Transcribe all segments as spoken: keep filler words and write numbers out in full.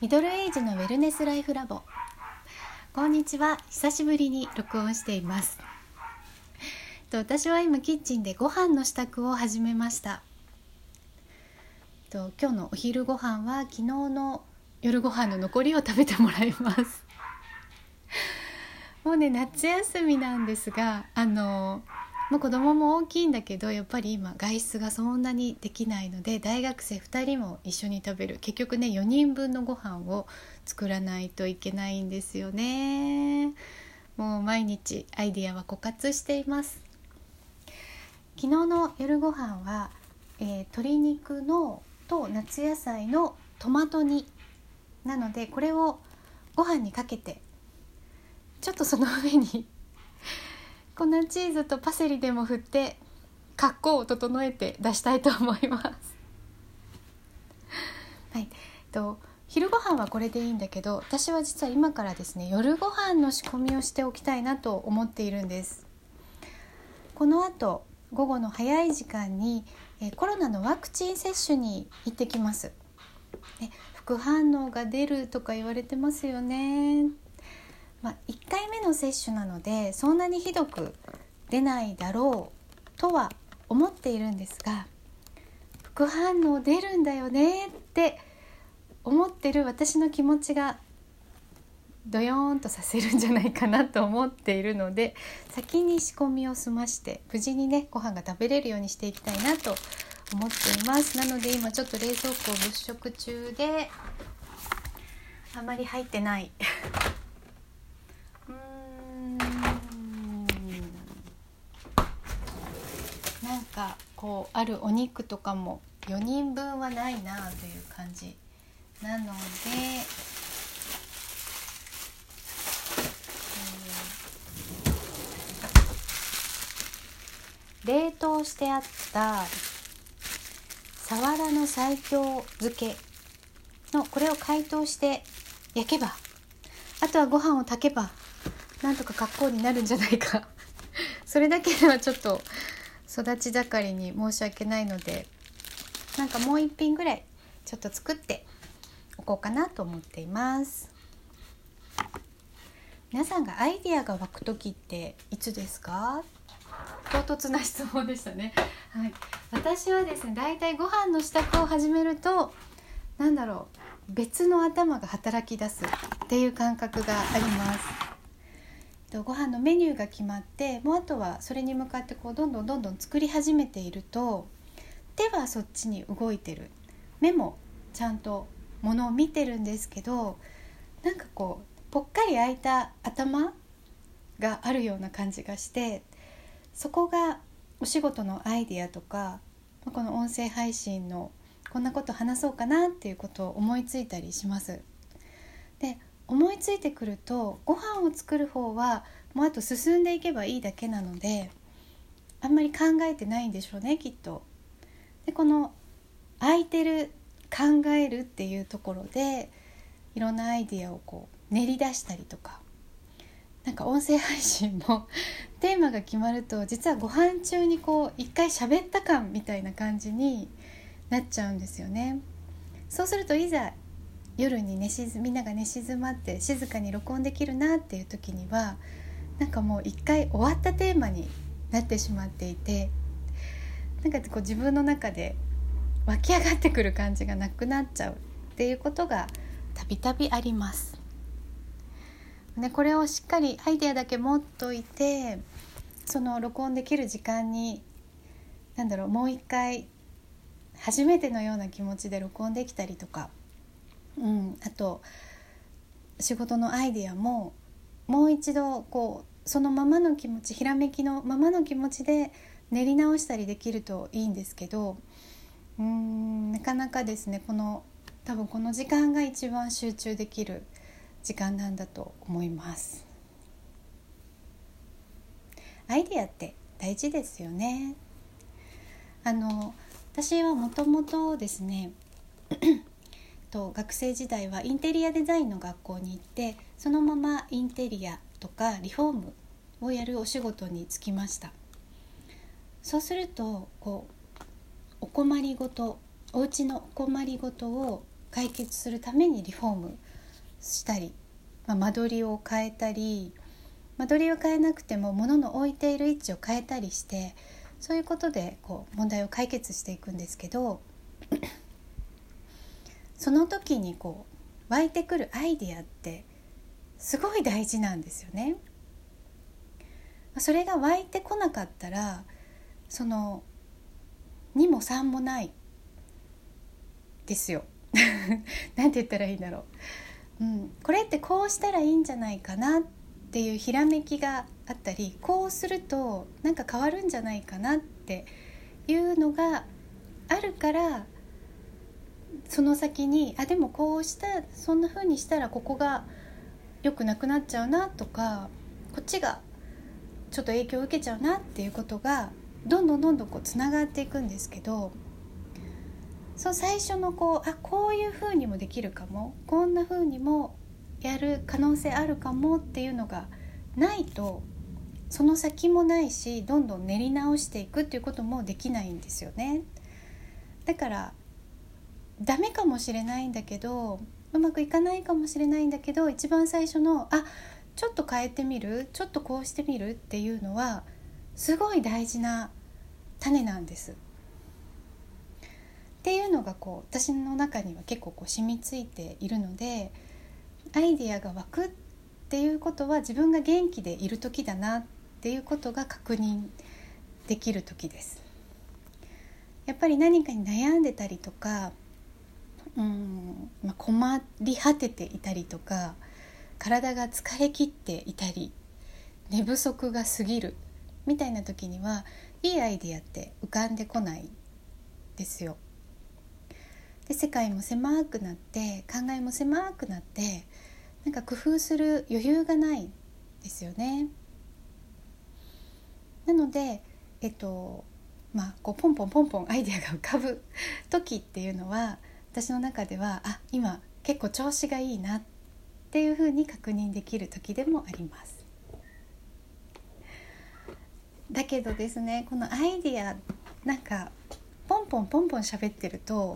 ミドルエイジのウェルネスライフラボ。こんにちは。久しぶりに録音しています。と私は今キッチンでご飯の支度を始めました。と今日のお昼ご飯は昨日の夜ご飯の残りを食べてもらいます。もうね夏休みなんですが、あのもう子供も大きいんだけど、やっぱり今外出がそんなにできないので、大学生ふたりも一緒に食べる、結局ねよにんぶんのご飯を作らないといけないんですよね。もう毎日アイディアは枯渇しています。昨日の夜ご飯は、えー、鶏肉のと夏野菜のトマト煮なので、これをご飯にかけて、ちょっとその上に粉チーズとパセリでも振って格好を整えて出したいと思います。はい、と昼ご飯はこれでいいんだけど、私は実は今からですね夜ご飯の仕込みをしておきたいなと思っているんです。この後午後の早い時間にえコロナのワクチン接種に行ってきます。ね、副反応が出るとか言われてますよね。まあ、いっかいめの接種なのでそんなにひどく出ないだろうとは思っているんですが、副反応出るんだよねって思ってる私の気持ちがドヨーンとさせるんじゃないかなと思っているので、先に仕込みを済まして無事にねご飯が食べれるようにしていきたいなと思っています。なので今ちょっと冷蔵庫を物色中であまり入ってないなんかこうあるお肉とかもよにんぶんはないなという感じなので、えー、冷凍してあったサワラの西京漬けのこれを解凍して焼けば、あとはご飯を炊けばなんとか格好になるんじゃないかそれだけではちょっと育ち盛りに申し訳ないので、なんかもう一品ぐらいちょっと作っておこうかなと思っています。皆さんがアイディアが湧く時っていつですか？唐突な質問でしたね。はい、私はですねだいたいご飯の支度を始めるとなんだろう別の頭が働き出すっていう感覚があります。ご飯のメニューが決まって、もうあとはそれに向かってこうどんどんどんどん作り始めていると、手はそっちに動いてる、目もちゃんとものを見てるんですけど、なんかこうぽっかり開いた頭があるような感じがして、そこがお仕事のアイディアとかこの音声配信のこんなこと話そうかなっていうことを思いついたりします。で思いついてくるとご飯を作る方はもうあと進んでいけばいいだけなので、あんまり考えてないんでしょうねきっと。でこの空いてる考えるっていうところでいろんなアイディアをこう練り出したりとか、なんか音声配信もテーマが決まると実はご飯中にこう一回喋った感みたいな感じになっちゃうんですよね。そうするといざ夜に寝静みんなが寝静まって静かに録音できるなっていう時にはなんかもう一回終わったテーマになってしまっていて、なんかこう自分の中で湧き上がってくる感じがなくなっちゃうっていうことがたびたびあります、ね、これをしっかりアイデアだけ持っといて、その録音できる時間になんだろうもう一回初めてのような気持ちで録音できたりとか、うん、あと仕事のアイディアももう一度こうそのままの気持ち、ひらめきのままの気持ちで練り直したりできるといいんですけど、うーんなかなかですね、この多分この時間が一番集中できる時間なんだと思います。アイディアって大事ですよね。あの私はもともとですねと学生時代はインテリアデザインの学校に行って、そのままインテリアとかリフォームをやるお仕事に就きました。そうするとこうお困りごと、お家のお困りごとを解決するためにリフォームしたり、まあ、間取りを変えたり、間取りを変えなくても物の置いている位置を変えたりして、そういうことでこう問題を解決していくんですけどその時にこう湧いてくるアイディアってすごい大事なんですよね。それが湧いてこなかったらそのにもさんもないですよなんて言ったらいいんだろう、うん、これってこうしたらいいんじゃないかなっていうひらめきがあったり、こうするとなんか変わるんじゃないかなっていうのがあるから、その先にあでもこうしたそんな風にしたらここが良くなくなっちゃうなとか、こっちがちょっと影響を受けちゃうなっていうことがどんどんどんどんこうつながっていくんですけど、そう最初のこうあこういう風にもできるかも、こんな風にもやる可能性あるかもっていうのがないと、その先もないし、どんどん練り直していくっていうこともできないんですよね。だからダメかもしれないんだけど、うまくいかないかもしれないんだけど、一番最初のあちょっと変えてみる、ちょっとこうしてみるっていうのはすごい大事な種なんです。っていうのがこう私の中には結構こう染みついているので、アイディアが湧くっていうことは自分が元気でいる時だなっていうことが確認できる時です。やっぱり何かに悩んでたりとか、うん、まあ、困り果てていたりとか、体が疲れ切っていたり、寝不足が過ぎるみたいな時にはいいアイディアって浮かんでこないですよ。で世界も狭くなって考えも狭くなって、なんか工夫する余裕がないですよね。なのでえっとまあこうポンポンポンポンアイデアが浮かぶ時っていうのは、私の中ではあ今結構調子がいいなっていうふうに確認できる時でもあります。だけどですね、このアイデアなんかポンポンポンポン喋ってると、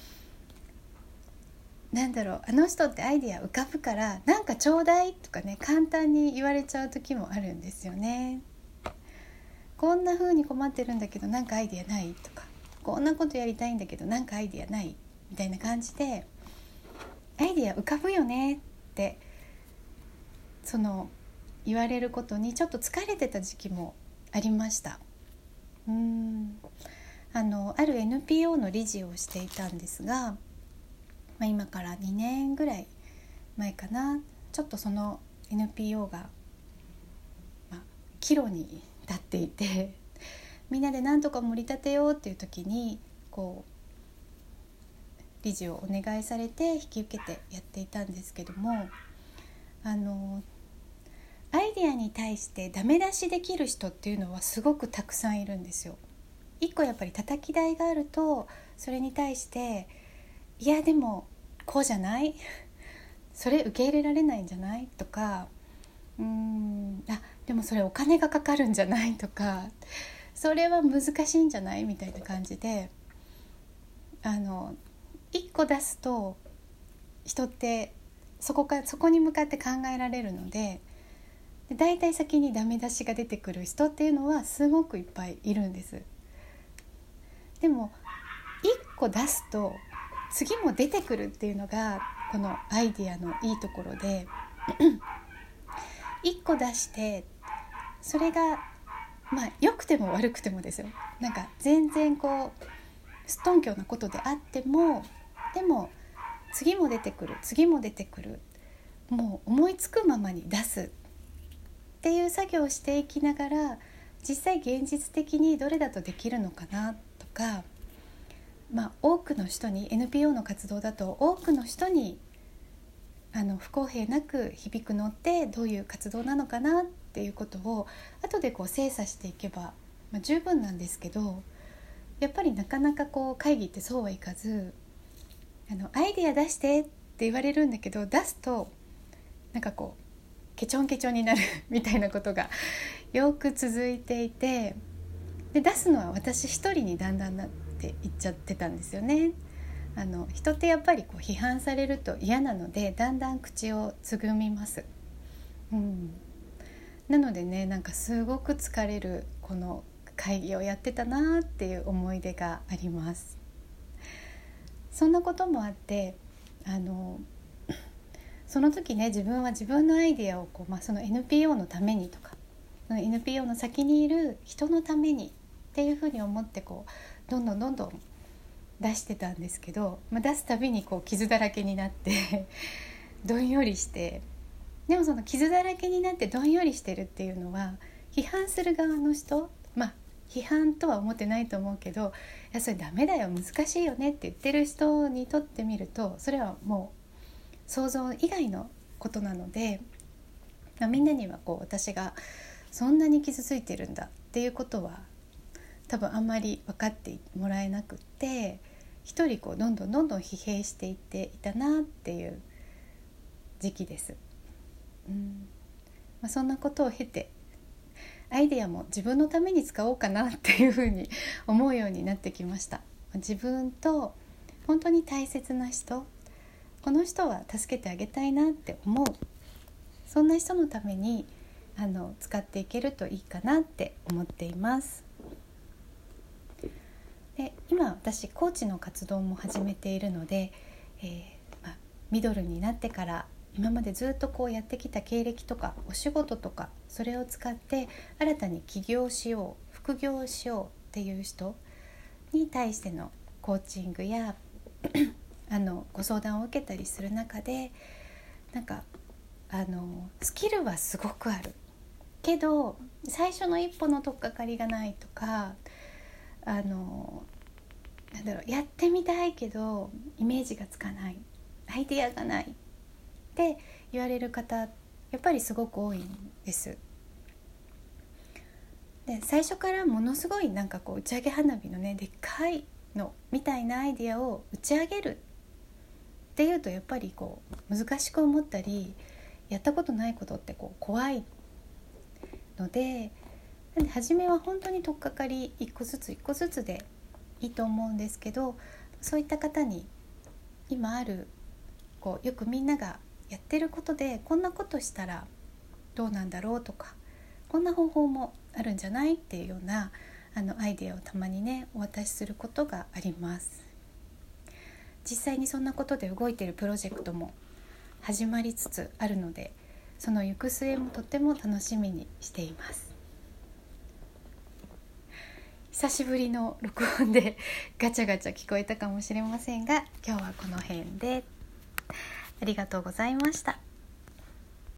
なんだろう、あの人ってアイデア浮かぶからなんかちょうだいとかね、簡単に言われちゃう時もあるんですよね。こんな風に困ってるんだけどなんかアイデアないとか、こんなことやりたいんだけどなんかアイデアないみたいな感じで、アイデア浮かぶよねってその言われることにちょっと疲れてた時期もありました。うーんあのある エヌピーオー の理事をしていたんですが、まあ、今からにねんぐらい前かな、ちょっとその エヌピーオー が、まあ、岐路に立っていて、みんなで何とか盛り立てようっていう時にこう理事をお願いされて引き受けてやっていたんですけども、あのアイデアに対してダメ出しできる人っていうのはすごくたくさんいるんですよ。一個やっぱり叩き台があると、それに対していやでもこうじゃないそれ受け入れられないんじゃないとか、うーんあでもそれお金がかかるんじゃないとか、それは難しいんじゃないみたいな感じで、あの一個出すと人ってそこかそこに向かって考えられるので、だいたい先にダメ出しが出てくる人っていうのはすごくいっぱいいるんです。でも一個出すと次も出てくるっていうのがこのアイディアのいいところで一個出してそれがまあ良くても悪くてもですよ、なんか全然こうすっとんきょうなことであっても、でも次も出てくる次も出てくる、もう思いつくままに出すっていう作業をしていきながら、実際現実的にどれだとできるのかなとか、まあ、多くの人に エヌピーオー の活動だと多くの人にあの不公平なく響くのってどういう活動なのかなっていうことを後でこう精査していけば、まあ、十分なんですけど、やっぱりなかなかこう会議ってそうはいかず、あのアイデア出してって言われるんだけど、出すとなんかこうケチョンケチョンになるみたいなことがよく続いていて、で出すのは私一人にだんだんなっていっちゃってたんですよね。 あの人ってやっぱりこう批判されると嫌なのでだんだん口をつぐみます、うん、なのでね、なんかすごく疲れるこの会議をやってたなっていう思い出があります。そんなこともあってあのその時ね、自分は自分のアイデアをこう、まあ、その エヌピーオー のためにとか、その エヌピーオー の先にいる人のためにっていうふうに思ってこうどんどんどんどん出してたんですけど、まあ、出すたびにこう傷だらけになってどんよりして、でもその傷だらけになってどんよりしてるっていうのは批判する側の人、まあ批判とは思ってないと思うけど、いやそれダメだよ難しいよねって言ってる人にとってみると、それはもう想像以外のことなので、まあ、みんなにはこう私がそんなに傷ついてるんだっていうことは多分あんまり分かってもらえなくって、一人こうどんどんどんどん疲弊していっていたなっていう時期です、うんまあ、そんなことを経てアイデアも自分のために使おうかなっていうふうに思うようになってきました。自分と本当に大切な人、この人は助けてあげたいなって思う、そんな人のためにあの使っていけるといいかなって思っています。で今私コーチの活動も始めているので、えーまあ、ミドルになってから今までずっとこうやってきた経歴とかお仕事とか、それを使って新たに起業しよう副業しようっていう人に対してのコーチングやあのご相談を受けたりする中で、なんかあのスキルはすごくあるけど最初の一歩の取っかかりがないとか、あのなんだろうやってみたいけどイメージがつかない、アイディアがないって言われる方やっぱりすごく多いんです。で最初からものすごいなんかこう打ち上げ花火のねでっかいのみたいなアイディアを打ち上げるっていうとやっぱりこう難しく思ったり、やったことないことってこう怖いので、なんで初めは本当に取っかかり一個ずつ一個ずつでいいと思うんですけど、そういった方に今あるこうよくみんながやってることでこんなことしたらどうなんだろうとか、こんな方法もあるんじゃないっていうようなあのアイデアをたまにねお渡しすることがあります。実際にそんなことで動いているプロジェクトも始まりつつあるので、その行く末もとても楽しみにしています。久しぶりの録音でガチャガチャ聞こえたかもしれませんが、今日はこの辺でありがとうございました。